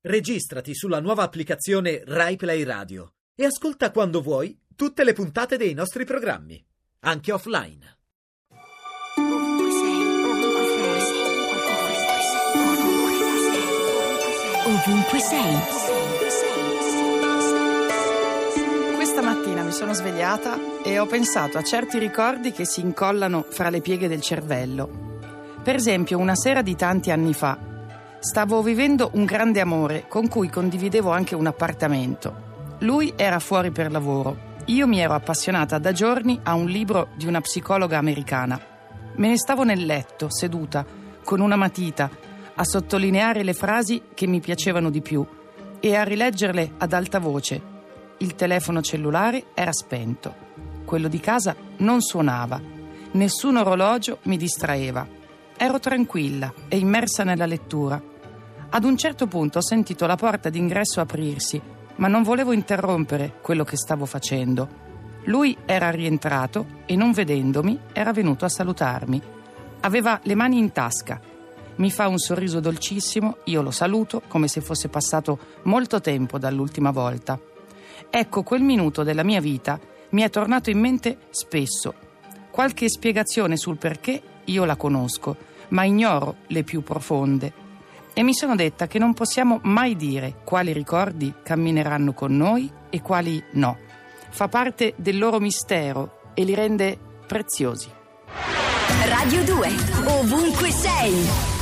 Registrati sulla nuova applicazione Rai Play Radio e ascolta quando vuoi tutte le puntate dei nostri programmi, anche offline. Ovunque sei. Questa mattina mi sono svegliata e ho pensato a certi ricordi che si incollano fra le pieghe del cervello. Per esempio, una sera di tanti anni fa stavo vivendo un grande amore con cui condividevo anche un appartamento. Lui era fuori per lavoro. Io mi ero appassionata da giorni a un libro di una psicologa americana. Me ne stavo nel letto, seduta, con una matita, a sottolineare le frasi che mi piacevano di più e a rileggerle ad alta voce. Il telefono cellulare era spento. Quello di casa non suonava. Nessun orologio mi distraeva. Ero tranquilla e immersa nella lettura. Ad un certo punto ho sentito la porta d'ingresso aprirsi, ma non volevo interrompere quello che stavo facendo. Lui era rientrato e, non vedendomi, era venuto a salutarmi. Aveva le mani in tasca. Mi fa un sorriso dolcissimo, io lo saluto come se fosse passato molto tempo dall'ultima volta. Ecco, quel minuto della mia vita mi è tornato in mente spesso. Qualche spiegazione sul perché io la conosco, ma ignoro le più profonde. E mi sono detta che non possiamo mai dire quali ricordi cammineranno con noi e quali no. Fa parte del loro mistero e li rende preziosi. Radio 2, ovunque sei.